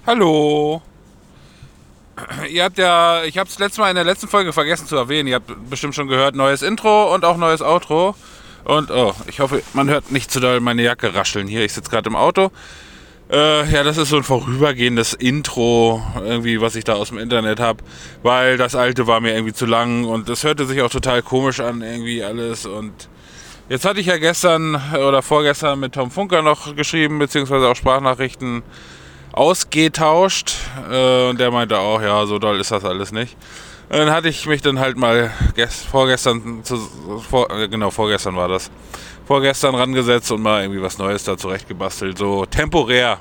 Hallo. Ihr habt ja, ich habe es letztes Mal in der letzten Folge vergessen zu erwähnen. Ihr habt bestimmt schon gehört, neues Intro und auch neues Outro. Und ich hoffe, man hört nicht zu doll meine Jacke rascheln hier. Ich sitze gerade im Auto. Ja, das ist so ein vorübergehendes Intro, irgendwie, was ich da aus dem Internet habe, weil das alte war mir irgendwie zu lang und das hörte sich auch total komisch an, irgendwie alles. Und jetzt hatte ich ja gestern oder vorgestern mit Tom Funker noch geschrieben, beziehungsweise auch Sprachnachrichten ausgetauscht. Und der meinte auch, ja, so doll ist das alles nicht. Und dann hatte ich mich dann halt mal vorgestern war das. Vorgestern rangesetzt und mal irgendwie was Neues da zurechtgebastelt. So temporär.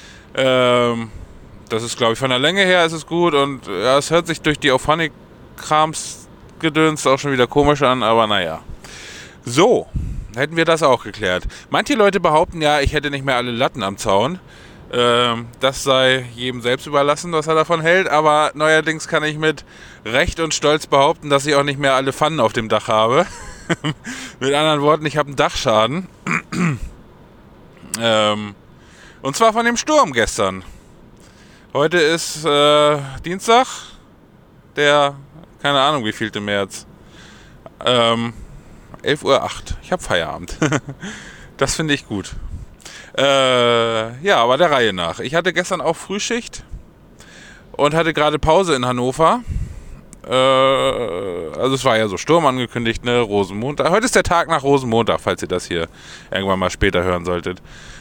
Das ist, glaube ich, von der Länge her ist es gut. Und ja, es hört sich durch die Auphonic-Krams-Gedöns auch schon wieder komisch an. Aber naja. So, hätten wir das auch geklärt. Manche Leute behaupten ja, ich hätte nicht mehr alle Latten am Zaun. Das sei jedem selbst überlassen, was er davon hält. Aber neuerdings kann ich mit Recht und Stolz behaupten, dass ich auch nicht mehr alle Pfannen auf dem Dach habe. Mit anderen Worten, ich habe einen Dachschaden. Und zwar von dem Sturm gestern. Heute ist Dienstag, der, keine Ahnung, wie vielte März. 11:08 Uhr. Ich habe Feierabend. Das finde ich gut. Ja, aber der Reihe nach. Ich hatte gestern auch Frühschicht und hatte gerade Pause in Hannover. Also es war ja so Sturm angekündigt, ne? Rosenmontag. Heute ist der Tag nach Rosenmontag, falls ihr das hier irgendwann mal später hören solltet.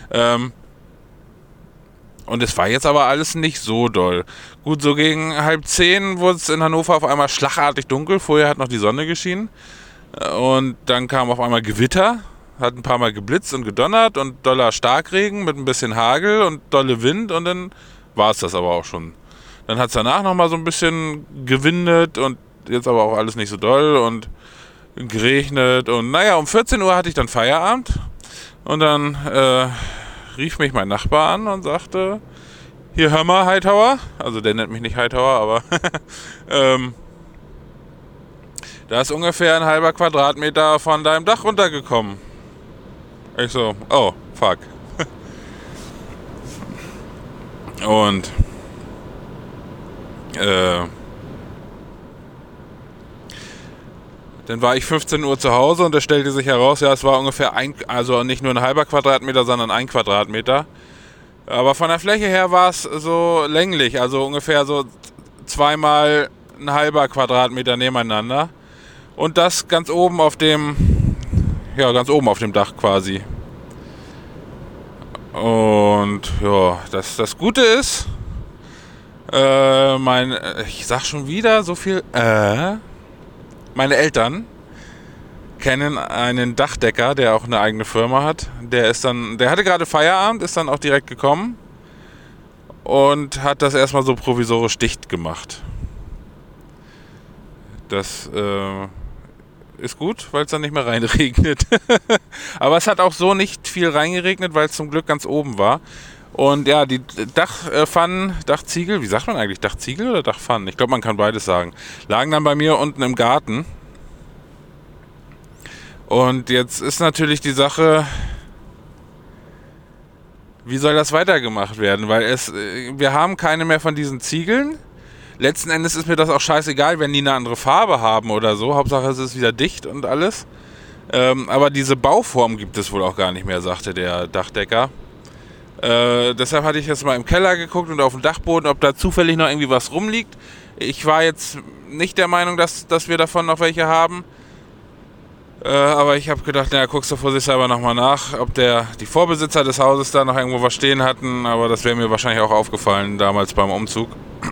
Und es war jetzt aber alles nicht so doll. Gut, so gegen 9:30 wurde es in Hannover auf einmal schlagartig dunkel. Vorher hat noch die Sonne geschienen. Und dann kam auf einmal Gewitter. Hat ein paar Mal geblitzt und gedonnert und doller Starkregen mit ein bisschen Hagel und dolle Wind. Und dann war es das aber auch schon. Dann hat es danach nochmal so ein bisschen gewindet und jetzt aber auch alles nicht so doll und geregnet. Und naja, um 14 Uhr hatte ich dann Feierabend. Und dann rief mich mein Nachbar an und sagte, hier hör mal, Hightower. Also der nennt mich nicht Hightower, aber da ist ungefähr ein halber Quadratmeter von deinem Dach runtergekommen. Ich so, oh, fuck. Und dann war ich 15 Uhr zu Hause und es stellte sich heraus, ja, es war ungefähr also nicht nur ein halber Quadratmeter, sondern 1 Quadratmeter. Aber von der Fläche her war es so länglich, also ungefähr so zweimal ein halber Quadratmeter nebeneinander. Und das ganz oben auf dem Dach quasi. Und ja, das Gute ist, ich sag schon wieder so viel, meine Eltern kennen einen Dachdecker, der auch eine eigene Firma hat. Der hatte gerade Feierabend, ist dann auch direkt gekommen und hat das erstmal so provisorisch dicht gemacht. Das ist gut, weil es dann nicht mehr reinregnet. Aber es hat auch so nicht viel reingeregnet, weil es zum Glück ganz oben war. Und ja, die Dachziegel, wie sagt man eigentlich, Dachziegel oder Dachpfannen? Ich glaube, man kann beides sagen. Lagen dann bei mir unten im Garten. Und jetzt ist natürlich die Sache, wie soll das weitergemacht werden? Weil wir haben keine mehr von diesen Ziegeln. Letzten Endes ist mir das auch scheißegal, wenn die eine andere Farbe haben oder so. Hauptsache es ist wieder dicht und alles. Aber diese Bauform gibt es wohl auch gar nicht mehr, sagte der Dachdecker. Deshalb hatte ich jetzt mal im Keller geguckt und auf dem Dachboden, ob da zufällig noch irgendwie was rumliegt. Ich war jetzt nicht der Meinung, dass wir davon noch welche haben. Aber ich habe gedacht, naja, guckst du vorsichtshalber nochmal nach, ob die Vorbesitzer des Hauses da noch irgendwo was stehen hatten. Aber das wäre mir wahrscheinlich auch aufgefallen damals beim Umzug.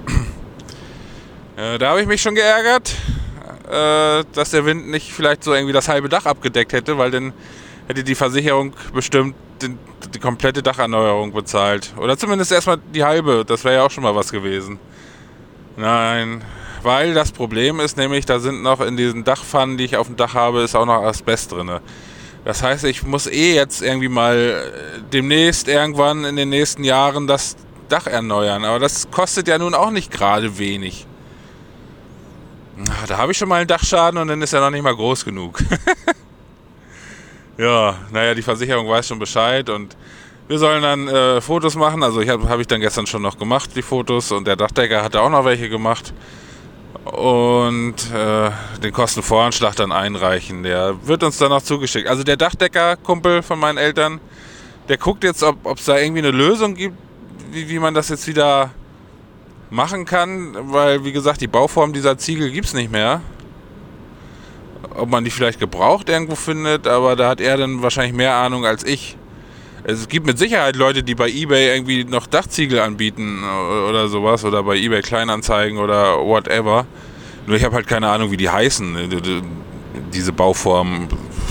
Da habe ich mich schon geärgert, dass der Wind nicht vielleicht so irgendwie das halbe Dach abgedeckt hätte, weil dann hätte die Versicherung bestimmt die komplette Dacherneuerung bezahlt. Oder zumindest erstmal die halbe, das wäre ja auch schon mal was gewesen. Nein, weil das Problem ist nämlich, da sind noch in diesen Dachpfannen, die ich auf dem Dach habe, ist auch noch Asbest drin. Das heißt, ich muss jetzt irgendwie mal demnächst irgendwann in den nächsten Jahren das Dach erneuern. Aber das kostet ja nun auch nicht gerade wenig. Da habe ich schon mal einen Dachschaden und dann ist er noch nicht mal groß genug. Ja, naja, die Versicherung weiß schon Bescheid und Wir sollen dann Fotos machen, also hab ich dann gestern schon noch gemacht, die Fotos, und der Dachdecker hatte auch noch welche gemacht. Und den Kostenvoranschlag dann einreichen. Der wird uns dann noch zugeschickt. Also der Dachdecker-Kumpel von meinen Eltern, der guckt jetzt, ob es da irgendwie eine Lösung gibt, wie man das jetzt wieder machen kann, weil, wie gesagt, die Bauform dieser Ziegel gibt es nicht mehr. Ob man die vielleicht gebraucht irgendwo findet, aber da hat er dann wahrscheinlich mehr Ahnung als ich. Es gibt mit Sicherheit Leute, die bei eBay irgendwie noch Dachziegel anbieten oder sowas, oder bei eBay Kleinanzeigen oder whatever. Nur ich habe halt keine Ahnung, wie die heißen, diese Bauformen.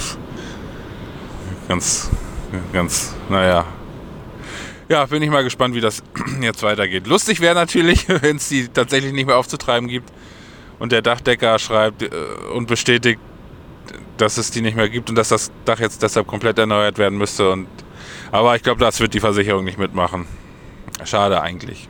Ganz, naja. Ja, bin ich mal gespannt, wie das jetzt weitergeht. Lustig wäre natürlich, wenn es die tatsächlich nicht mehr aufzutreiben gibt und der Dachdecker schreibt und bestätigt, dass es die nicht mehr gibt und dass das Dach jetzt deshalb komplett erneuert werden müsste. Aber ich glaube, das wird die Versicherung nicht mitmachen. Schade eigentlich.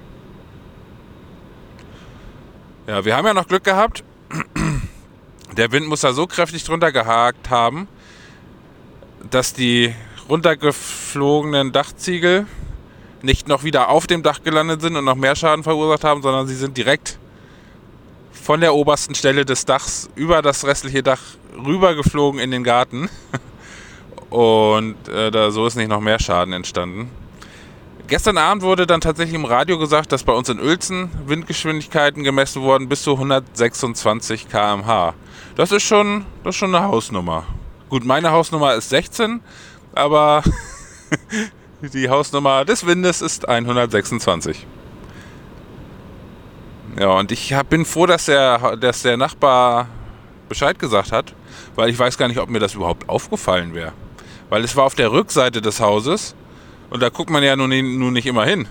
Ja, wir haben ja noch Glück gehabt. Der Wind muss da so kräftig drunter gehakt haben, dass die runtergeflogenen Dachziegel nicht noch wieder auf dem Dach gelandet sind und noch mehr Schaden verursacht haben, sondern sie sind direkt von der obersten Stelle des Dachs über das restliche Dach rübergeflogen in den Garten. Und so ist nicht noch mehr Schaden entstanden. Gestern Abend wurde dann tatsächlich im Radio gesagt, dass bei uns in Uelzen Windgeschwindigkeiten gemessen wurden bis zu 126 km/h. Das ist schon eine Hausnummer. Gut, meine Hausnummer ist 16, aber die Hausnummer des Windes ist 126. Ja, und ich bin froh, dass der Nachbar Bescheid gesagt hat, weil ich weiß gar nicht, ob mir das überhaupt aufgefallen wäre. Weil es war auf der Rückseite des Hauses und da guckt man ja nun nicht immer hin.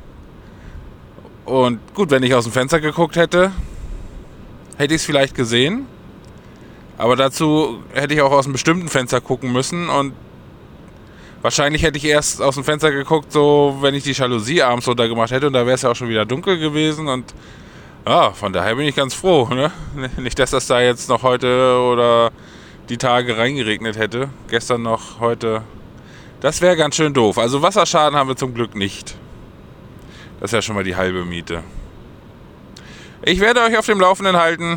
Und gut, wenn ich aus dem Fenster geguckt hätte, hätte ich es vielleicht gesehen. Aber dazu hätte ich auch aus einem bestimmten Fenster gucken müssen und wahrscheinlich hätte ich erst aus dem Fenster geguckt, so wenn ich die Jalousie abends runtergemacht hätte, und da wäre es ja auch schon wieder dunkel gewesen und ja, von daher bin ich ganz froh, ne? Nicht, dass das da jetzt noch heute oder die Tage reingeregnet hätte. Gestern noch, heute. Das wäre ganz schön doof. Also Wasserschaden haben wir zum Glück nicht. Das ist ja schon mal die halbe Miete. Ich werde euch auf dem Laufenden halten,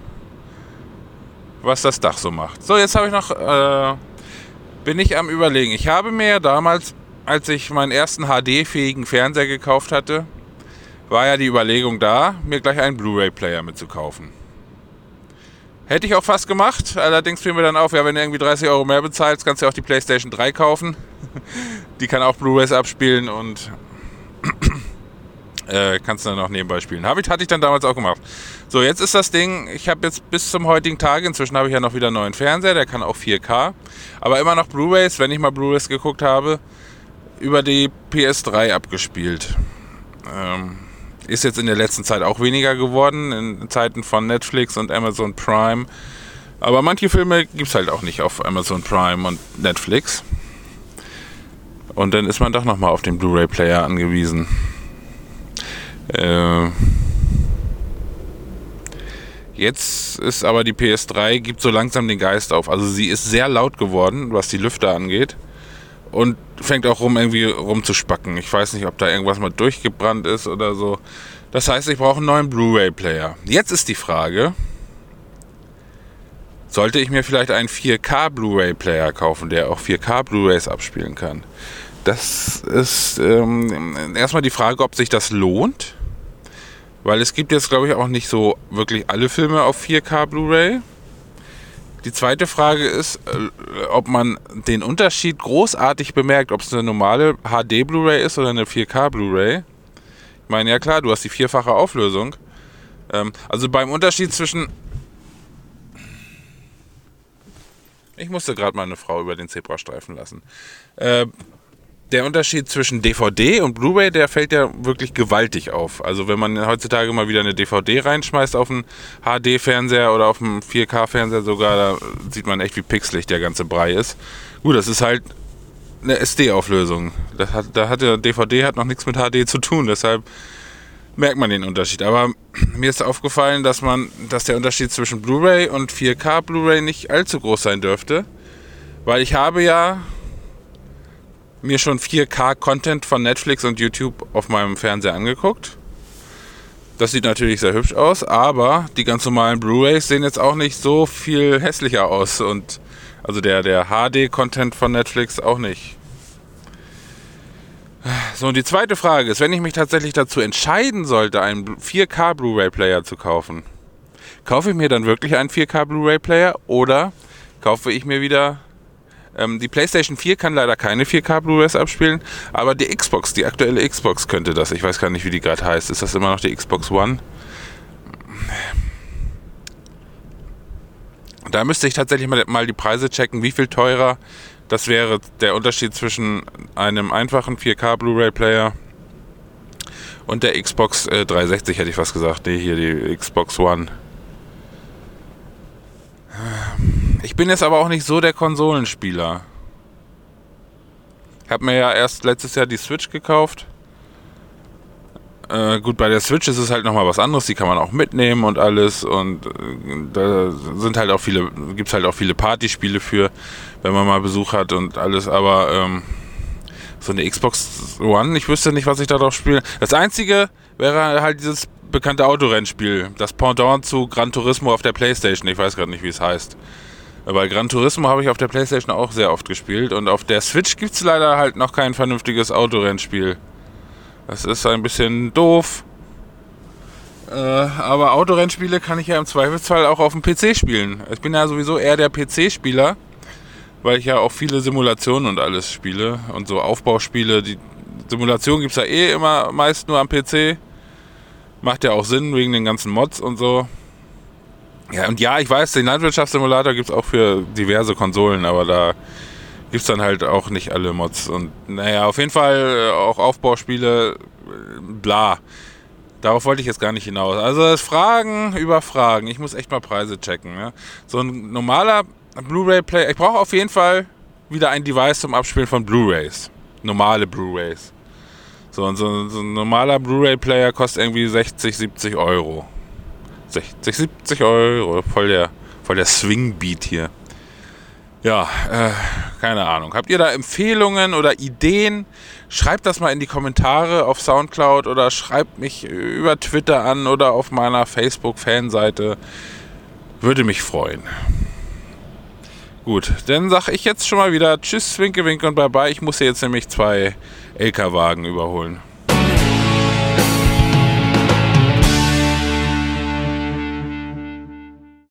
was das Dach so macht. So, jetzt habe ich noch, bin ich am Überlegen. Ich habe mir ja damals, als ich meinen ersten HD-fähigen Fernseher gekauft hatte, war ja die Überlegung da, mir gleich einen Blu-ray-Player mitzukaufen. Hätte ich auch fast gemacht, allerdings fiel mir dann auf, ja, wenn du irgendwie 30 € mehr bezahlst, kannst du auch die PlayStation 3 kaufen. Die kann auch Blu-rays abspielen und kannst du dann auch nebenbei spielen. Hatte ich dann damals auch gemacht. So, jetzt ist das Ding, ich habe jetzt bis zum heutigen Tag, inzwischen habe ich ja noch wieder einen neuen Fernseher, der kann auch 4K, aber immer noch Blu-rays, wenn ich mal Blu-rays geguckt habe, über die PS3 abgespielt. Ist jetzt in der letzten Zeit auch weniger geworden, in Zeiten von Netflix und Amazon Prime. Aber manche Filme gibt es halt auch nicht auf Amazon Prime und Netflix. Und dann ist man doch nochmal auf den Blu-ray-Player angewiesen. Jetzt ist aber die PS3, gibt so langsam den Geist auf. Also sie ist sehr laut geworden, was die Lüfter angeht. Und fängt auch irgendwie rumzuspacken. Ich weiß nicht, ob da irgendwas mal durchgebrannt ist oder so. Das heißt, ich brauche einen neuen Blu-ray-Player. Jetzt ist die Frage, sollte ich mir vielleicht einen 4K Blu-ray-Player kaufen, der auch 4K Blu-rays abspielen kann? Das ist erstmal die Frage, ob sich das lohnt. Weil es gibt jetzt, glaube ich, auch nicht so wirklich alle Filme auf 4K Blu-ray. Die zweite Frage ist, ob man den Unterschied großartig bemerkt, ob es eine normale HD Blu-ray ist oder eine 4K Blu-ray. Ich meine, ja klar, du hast die 4-fache Auflösung. Also beim Unterschied zwischen... Ich musste gerade mal eine Frau über den Zebrastreifen lassen. Der Unterschied zwischen DVD und Blu-ray, der fällt ja wirklich gewaltig auf. Also wenn man heutzutage mal wieder eine DVD reinschmeißt auf einen HD-Fernseher oder auf einen 4K-Fernseher sogar, da sieht man echt, wie pixelig der ganze Brei ist. Gut, das ist halt eine SD-Auflösung. DVD hat noch nichts mit HD zu tun, deshalb merkt man den Unterschied. Aber mir ist aufgefallen, dass der Unterschied zwischen Blu-ray und 4K Blu-ray nicht allzu groß sein dürfte, weil ich habe ja mir schon 4K-Content von Netflix und YouTube auf meinem Fernseher angeguckt. Das sieht natürlich sehr hübsch aus, aber die ganz normalen Blu-rays sehen jetzt auch nicht so viel hässlicher aus. Und also der HD-Content von Netflix auch nicht. So, und die zweite Frage ist, wenn ich mich tatsächlich dazu entscheiden sollte, einen 4K Blu-ray-Player zu kaufen, kaufe ich mir dann wirklich einen 4K Blu-ray-Player oder kaufe ich mir wieder... die PlayStation 4 kann leider keine 4K Blu-rays abspielen, aber die Xbox, die aktuelle Xbox könnte das. Ich weiß gar nicht, wie die gerade heißt. Ist das immer noch die Xbox One? Da müsste ich tatsächlich mal die Preise checken, wie viel teurer das wäre der Unterschied zwischen einem einfachen 4K Blu-ray-Player und der Xbox 360, hätte ich fast gesagt. Nee, hier die Xbox One. Ich bin jetzt aber auch nicht so der Konsolenspieler. Ich habe mir ja erst letztes Jahr die Switch gekauft. Gut, bei der Switch ist es halt nochmal was anderes. Die kann man auch mitnehmen und alles. Und da sind halt auch gibt es halt auch viele Partyspiele für, wenn man mal Besuch hat und alles. Aber so eine Xbox One, ich wüsste nicht, was ich darauf spiele. Das Einzige wäre halt dieses bekannte Autorennspiel. Das Pendant zu Gran Turismo auf der PlayStation. Ich weiß gerade nicht, wie es heißt. Bei Gran Turismo habe ich auf der PlayStation auch sehr oft gespielt. Und auf der Switch gibt es leider halt noch kein vernünftiges Autorennspiel. Das ist ein bisschen doof. Aber Autorennspiele kann ich ja im Zweifelsfall auch auf dem PC spielen. Ich bin ja sowieso eher der PC-Spieler, weil ich ja auch viele Simulationen und alles spiele. Und so Aufbauspiele. Die Simulation gibt es ja eh immer meist nur am PC. Macht ja auch Sinn wegen den ganzen Mods und so. Ja, und ja, ich weiß, den Landwirtschaftssimulator gibt es auch für diverse Konsolen, aber da gibt es dann halt auch nicht alle Mods. Und naja, auf jeden Fall auch Aufbauspiele, bla. Darauf wollte ich jetzt gar nicht hinaus. Also das Fragen über Fragen. Ich muss echt mal Preise checken. Ne? So ein normaler Blu-ray-Player, ich brauche auf jeden Fall wieder ein Device zum Abspielen von Blu-rays. Normale Blu-rays. So ein normaler Blu-ray-Player kostet irgendwie 60, 70 Euro. 60, 70 Euro. Voll der Swing-Beat hier. Ja, keine Ahnung. Habt ihr da Empfehlungen oder Ideen? Schreibt das mal in die Kommentare auf Soundcloud oder schreibt mich über Twitter an oder auf meiner Facebook-Fanseite. Würde mich freuen. Gut, dann sag ich jetzt schon mal wieder Tschüss, Winke, Winke und Bye-Bye. Ich muss hier jetzt nämlich 2 LKW-Wagen überholen.